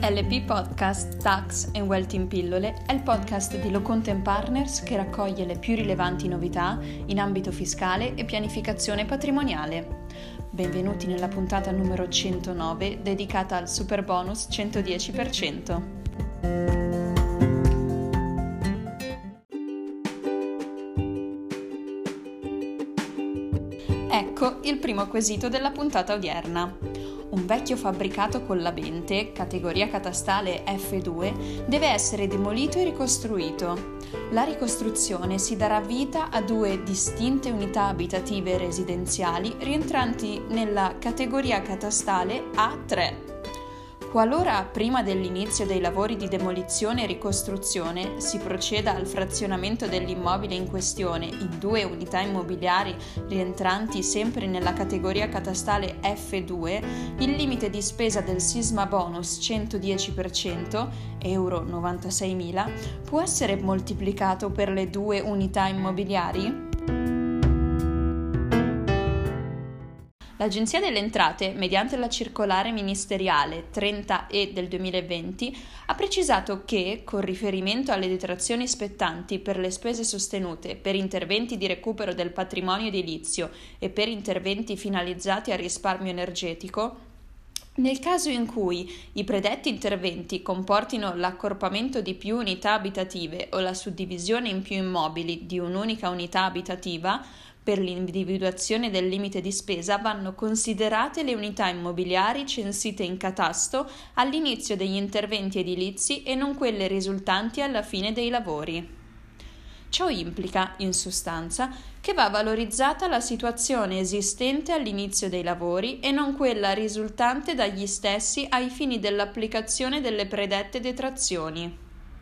LP Podcast Tax and Wealth in pillole è il podcast di Loconte & Partners che raccoglie le più rilevanti novità in ambito fiscale e pianificazione patrimoniale. Benvenuti nella puntata numero 109 dedicata al super bonus 110%. Ecco il primo quesito della puntata odierna. Un vecchio fabbricato collabente, categoria catastale F2, deve essere demolito e ricostruito. La ricostruzione si darà vita a due distinte unità abitative residenziali rientranti nella categoria catastale A3. Qualora prima dell'inizio dei lavori di demolizione e ricostruzione si proceda al frazionamento dell'immobile in questione in due unità immobiliari rientranti sempre nella categoria catastale F2, il limite di spesa del sisma bonus 110%, euro 96.000, può essere moltiplicato per le due unità immobiliari? L'Agenzia delle Entrate, mediante la circolare ministeriale 30E del 2020, ha precisato che, con riferimento alle detrazioni spettanti per le spese sostenute per interventi di recupero del patrimonio edilizio e per interventi finalizzati al risparmio energetico, nel caso in cui i predetti interventi comportino l'accorpamento di più unità abitative o la suddivisione in più immobili di un'unica unità abitativa, per l'individuazione del limite di spesa vanno considerate le unità immobiliari censite in catasto all'inizio degli interventi edilizi e non quelle risultanti alla fine dei lavori. Ciò implica, in sostanza, che va valorizzata la situazione esistente all'inizio dei lavori e non quella risultante dagli stessi ai fini dell'applicazione delle predette detrazioni.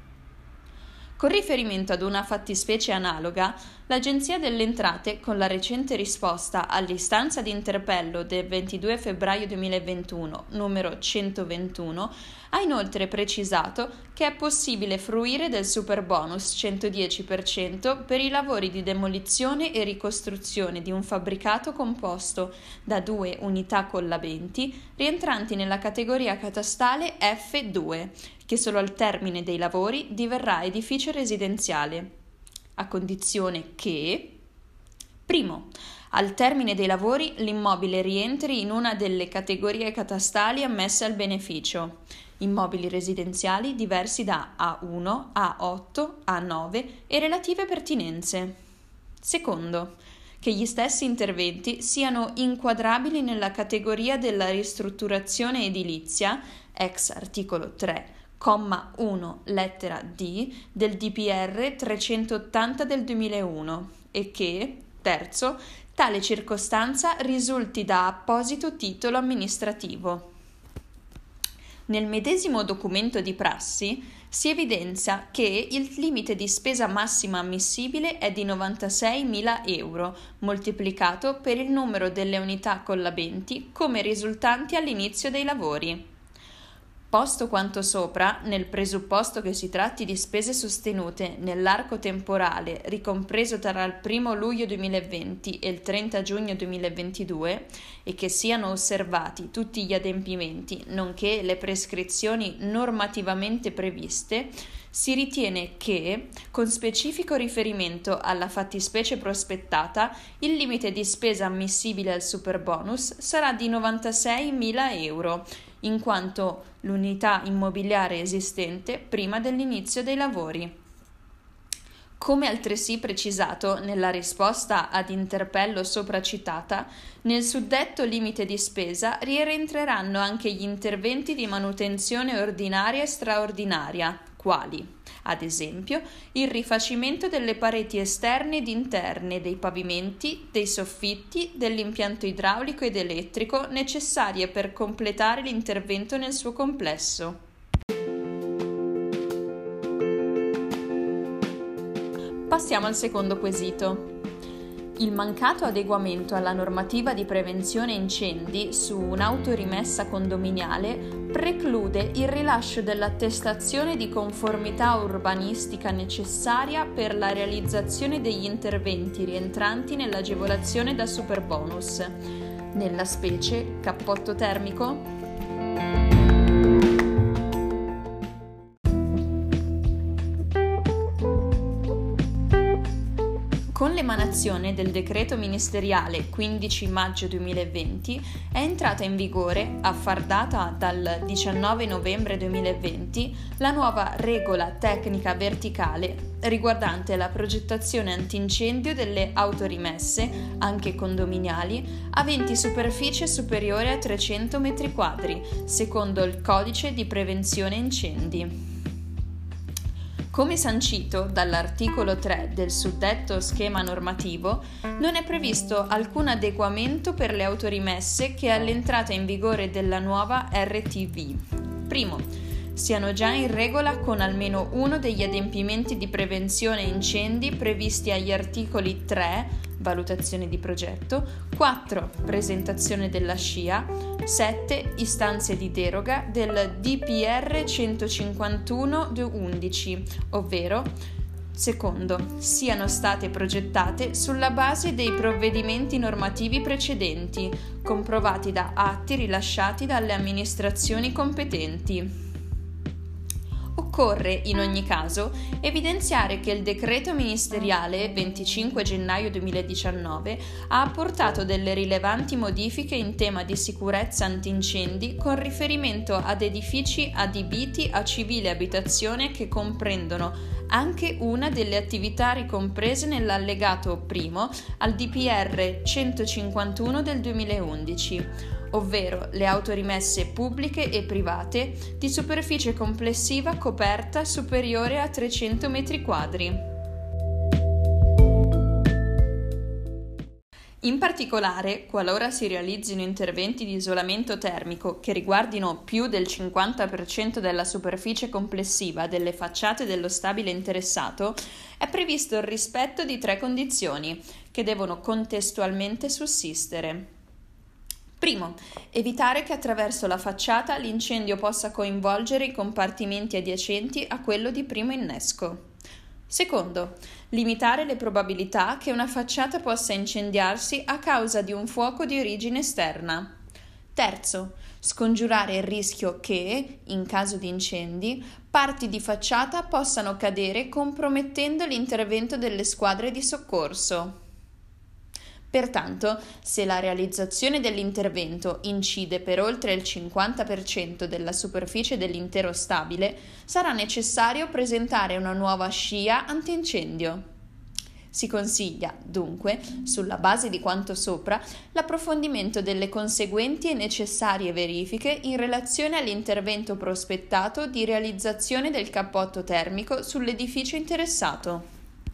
Con riferimento ad una fattispecie analoga, l'Agenzia delle Entrate, con la recente risposta all'istanza di interpello del 22 febbraio 2021, numero 121, ha inoltre precisato che è possibile fruire del super bonus 110% per i lavori di demolizione e ricostruzione di un fabbricato composto da due unità collabenti rientranti nella categoria catastale F2, che solo al termine dei lavori diverrà edificio residenziale, a condizione che: primo, al termine dei lavori l'immobile rientri in una delle categorie catastali ammesse al beneficio, immobili residenziali diversi da A1, A8, A9 e relative pertinenze. Secondo, che gli stessi interventi siano inquadrabili nella categoria della ristrutturazione edilizia, ex articolo 3, comma 1, lettera D del DPR 380 del 2001 e che, terzo, tale circostanza risulti da apposito titolo amministrativo. Nel medesimo documento di prassi si evidenzia che il limite di spesa massima ammissibile è di 96.000 euro, moltiplicato per il numero delle unità collabenti come risultanti all'inizio dei lavori. Posto quanto sopra, nel presupposto che si tratti di spese sostenute nell'arco temporale ricompreso tra il 1 luglio 2020 e il 30 giugno 2022 e che siano osservati tutti gli adempimenti, nonché le prescrizioni normativamente previste, si ritiene che, con specifico riferimento alla fattispecie prospettata, il limite di spesa ammissibile al superbonus sarà di 96.000 euro, in quanto l'unità immobiliare esistente prima dell'inizio dei lavori. Come altresì precisato nella risposta ad interpello sopracitata, nel suddetto limite di spesa rientreranno anche gli interventi di manutenzione ordinaria e straordinaria, quali, ad esempio, il rifacimento delle pareti esterne ed interne, dei pavimenti, dei soffitti, dell'impianto idraulico ed elettrico necessarie per completare l'intervento nel suo complesso. Passiamo al secondo quesito. Il mancato adeguamento alla normativa di prevenzione incendi su un'autorimessa condominiale preclude il rilascio dell'attestazione di conformità urbanistica necessaria per la realizzazione degli interventi rientranti nell'agevolazione da superbonus, nella specie cappotto termico. l'emanazione del decreto ministeriale 15 maggio 2020 è entrata in vigore, a far data dal 19 novembre 2020, la nuova regola tecnica verticale riguardante la progettazione antincendio delle autorimesse, anche condominiali, aventi superficie superiore a 300 m², secondo il Codice di Prevenzione Incendi. Come sancito dall'articolo 3 del suddetto schema normativo, non è previsto alcun adeguamento per le autorimesse che all'entrata in vigore della nuova RTV. Primo, siano già in regola con almeno uno degli adempimenti di prevenzione incendi previsti agli articoli 3, valutazione di progetto, 4, presentazione della SCIA, 7, istanze di deroga del DPR 151/11, ovvero secondo, siano state progettate sulla base dei provvedimenti normativi precedenti, comprovati da atti rilasciati dalle amministrazioni competenti. Occorre, in ogni caso, evidenziare che il decreto ministeriale 25 gennaio 2019 ha apportato delle rilevanti modifiche in tema di sicurezza antincendi con riferimento ad edifici adibiti a civile abitazione che comprendono anche una delle attività ricomprese nell'allegato primo al DPR 151 del 2011, ovvero le autorimesse pubbliche e private di superficie complessiva coperta superiore a 300 m². In particolare, qualora si realizzino interventi di isolamento termico che riguardino più del 50% della superficie complessiva delle facciate dello stabile interessato, è previsto il rispetto di 3 condizioni che devono contestualmente sussistere. Primo, evitare che attraverso la facciata l'incendio possa coinvolgere i compartimenti adiacenti a quello di primo innesco. Secondo, limitare le probabilità che una facciata possa incendiarsi a causa di un fuoco di origine esterna. Terzo, scongiurare il rischio che, in caso di incendi, parti di facciata possano cadere compromettendo l'intervento delle squadre di soccorso. Pertanto, se la realizzazione dell'intervento incide per oltre il 50% della superficie dell'intero stabile, sarà necessario presentare una nuova SCIA antincendio. Si consiglia, dunque, sulla base di quanto sopra, l'approfondimento delle conseguenti e necessarie verifiche in relazione all'intervento prospettato di realizzazione del cappotto termico sull'edificio interessato.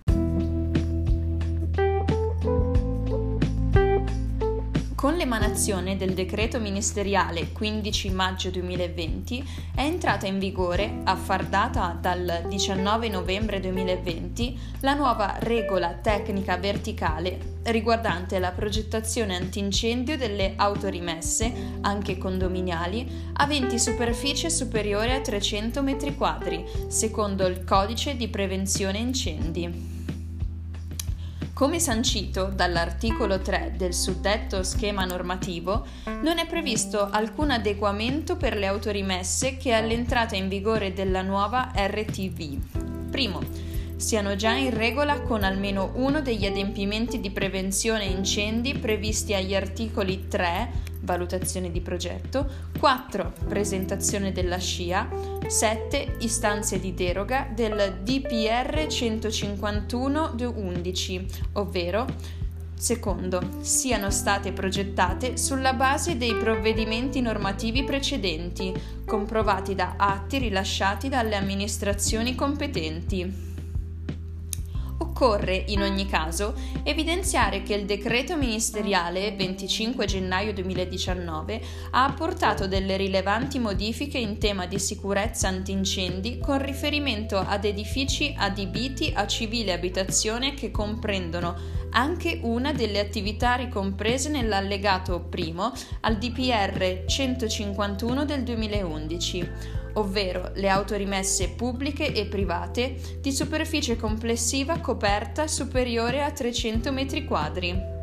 Con l'emanazione del decreto ministeriale 15 maggio 2020 è entrata in vigore, a far data dal 19 novembre 2020, la nuova regola tecnica verticale riguardante la progettazione antincendio delle autorimesse, anche condominiali, aventi superficie superiore a 300 m², secondo il Codice di Prevenzione Incendi. Come sancito dall'articolo 3 del suddetto schema normativo, non è previsto alcun adeguamento per le autorimesse che all'entrata in vigore della nuova RTV. Primo, siano già in regola con almeno uno degli adempimenti di prevenzione incendi previsti agli articoli 3, valutazione di progetto, 4, presentazione della SCIA, 7, istanze di deroga del DPR 151/11, ovvero secondo, siano state progettate sulla base dei provvedimenti normativi precedenti, comprovati da atti rilasciati dalle amministrazioni competenti. Occorre, in ogni caso, evidenziare che il decreto ministeriale 25 gennaio 2019 ha apportato delle rilevanti modifiche in tema di sicurezza antincendi con riferimento ad edifici adibiti a civile abitazione che comprendono anche una delle attività ricomprese nell'allegato primo al DPR 151 del 2011, ovvero le autorimesse pubbliche e private di superficie complessiva coperta superiore a 300 m².